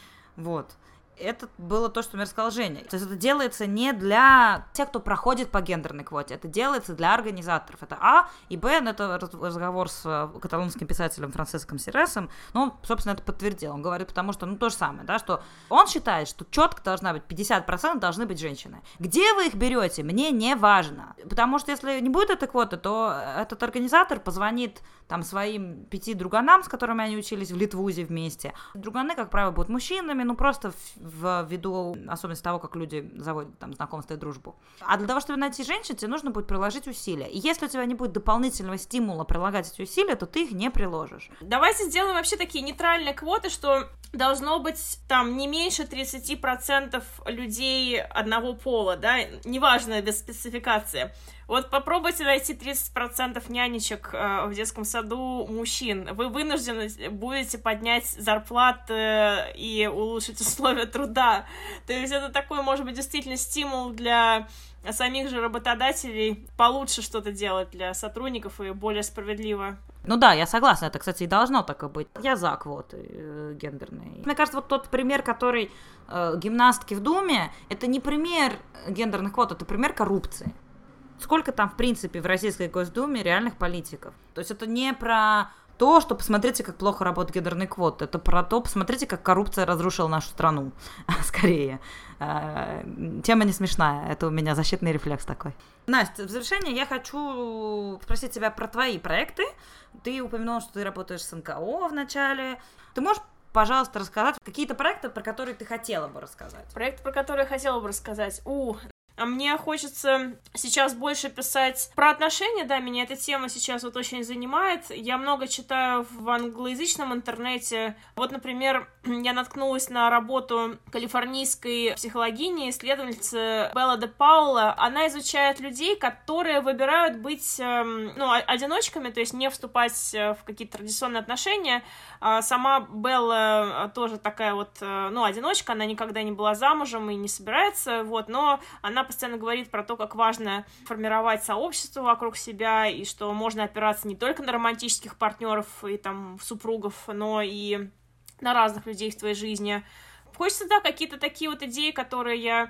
Вот. Это было то, что мне рассказал Женя. То есть это делается не для тех, кто проходит по гендерной квоте, это делается для организаторов. Это А, и Б, это разговор с каталонским писателем Франциском Сиресом, но он, собственно, это подтвердил. Он говорит, потому что, ну, то же самое, да, что он считает, что четко должна быть 50% должны быть женщины. Где вы их берете, мне не важно. Потому что если не будет этой квоты, то этот организатор позвонит там своим 5 друганам, с которыми они учились в Литвузе вместе. Друганы, как правило, будут мужчинами, ну, просто ввиду особенности того, как люди заводят там знакомство и дружбу. А для того, чтобы найти женщин, тебе нужно будет приложить усилия. И если у тебя не будет дополнительного стимула прилагать эти усилия, то ты их не приложишь. Давайте сделаем вообще такие нейтральные квоты, что должно быть там не меньше 30% людей одного пола, да, неважно, без спецификации. Вот попробуйте найти 30% нянечек в детском саду мужчин. Вы вынуждены будете поднять зарплаты и улучшить условия труда. То есть это такой, может быть, действительно стимул для самих же работодателей получше что-то делать для сотрудников и более справедливо. Ну да, я согласна, это, кстати, и должно так и быть. Я за квоты гендерные. Мне кажется, вот тот пример, который гимнастки в Думе, это не пример гендерных квот, это пример коррупции. Сколько там, в принципе, в Российской Госдуме реальных политиков? То есть это не про то, что посмотрите, как плохо работают гендерные квоты. Это про то, посмотрите, как коррупция разрушила нашу страну. Скорее. Тема не смешная. Это у меня защитный рефлекс такой. Настя, в завершение я хочу спросить тебя про твои проекты. Ты упомянула, что ты работаешь с НКО в начале. Ты можешь, пожалуйста, рассказать какие-то проекты, про которые ты хотела бы рассказать? Проекты, про которые я хотела бы рассказать? А мне хочется сейчас больше писать про отношения, да, меня эта тема сейчас вот очень занимает. Я много читаю в англоязычном интернете. Вот, например, я наткнулась на работу калифорнийской психологини, исследовательницы Белла де Паула. Она изучает людей, которые выбирают быть, одиночками, то есть не вступать в какие-то традиционные отношения. Сама Белла тоже такая вот, одиночка, она никогда не была замужем и не собирается, вот, но она постоянно говорит про то, как важно формировать сообщество вокруг себя, и что можно опираться не только на романтических партнеров и там супругов, но и на разных людей в твоей жизни. Хочется, да, какие-то такие вот идеи, которые я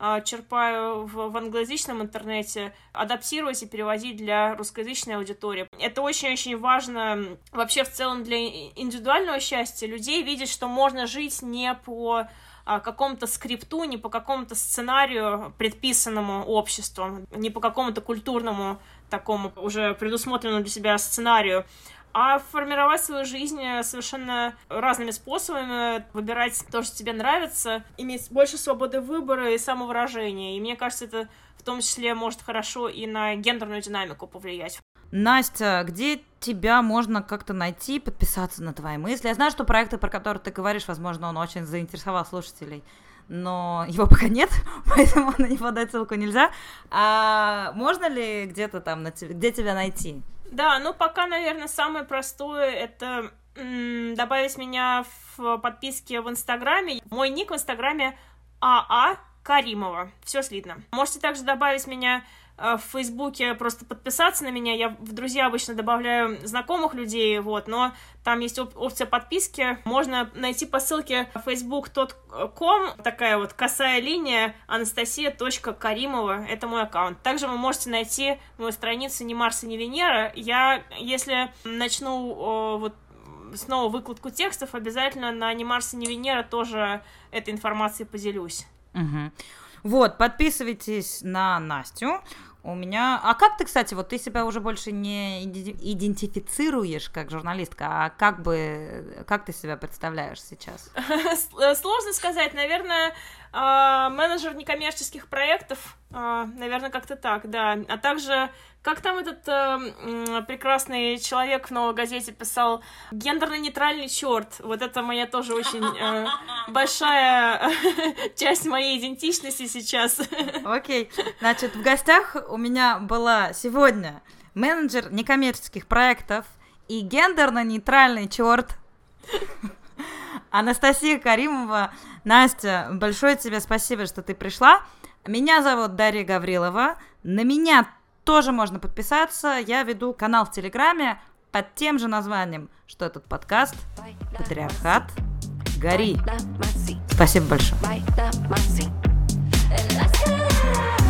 черпаю в англоязычном интернете, адаптировать и переводить для русскоязычной аудитории. Это очень-очень важно вообще в целом для индивидуального счастья людей, видеть, что можно жить не по какому-то скрипту, не по какому-то сценарию, предписанному обществом, не по какому-то культурному такому уже предусмотренному для себя сценарию, а формировать свою жизнь совершенно разными способами, выбирать то, что тебе нравится, иметь больше свободы выбора и самовыражения. И мне кажется, это в том числе может хорошо и на гендерную динамику повлиять. Настя, где тебя можно как-то найти, подписаться на твои мысли? Я знаю, что проекты, про которые ты говоришь, возможно, он очень заинтересовал слушателей, но его пока нет, поэтому на него дать ссылку нельзя. А можно ли где-то там, где тебя найти? Да, пока, наверное, самое простое — это добавить меня в подписке в Инстаграме. Мой ник в Инстаграме АА Каримова. Все слитно. Можете также добавить меня в Фейсбуке, просто подписаться на меня. Я в друзья обычно добавляю знакомых людей, вот, но там есть опция подписки. Можно найти по ссылке facebook.com, такая вот косая линия, Анастасия.Каримова, это мой аккаунт. Также вы можете найти мою страницу «Ни Марса, ни Венера». Я, если начну вот снова выкладку текстов, обязательно на «Ни Марса, ни Венера» тоже этой информацией поделюсь. Угу. Вот, подписывайтесь на Настю. У меня... А как ты, кстати, вот ты себя уже больше не идентифицируешь как журналистка, а как ты себя представляешь сейчас? Сложно сказать, наверное, менеджер некоммерческих проектов, наверное, как-то так, да. А также, как там этот прекрасный человек в «Новой газете» писал, гендерно-нейтральный черт. Вот это моя тоже очень большая часть моей идентичности сейчас. Окей, значит, в гостях у меня была сегодня менеджер некоммерческих проектов и гендерно-нейтральный черт Анастасия Каримова. Настя, большое тебе спасибо, что ты пришла. Меня зовут Дарья Гаврилова. На меня тоже можно подписаться. Я веду канал в Телеграме под тем же названием, что этот подкаст «Патриархат. Гори». Спасибо большое.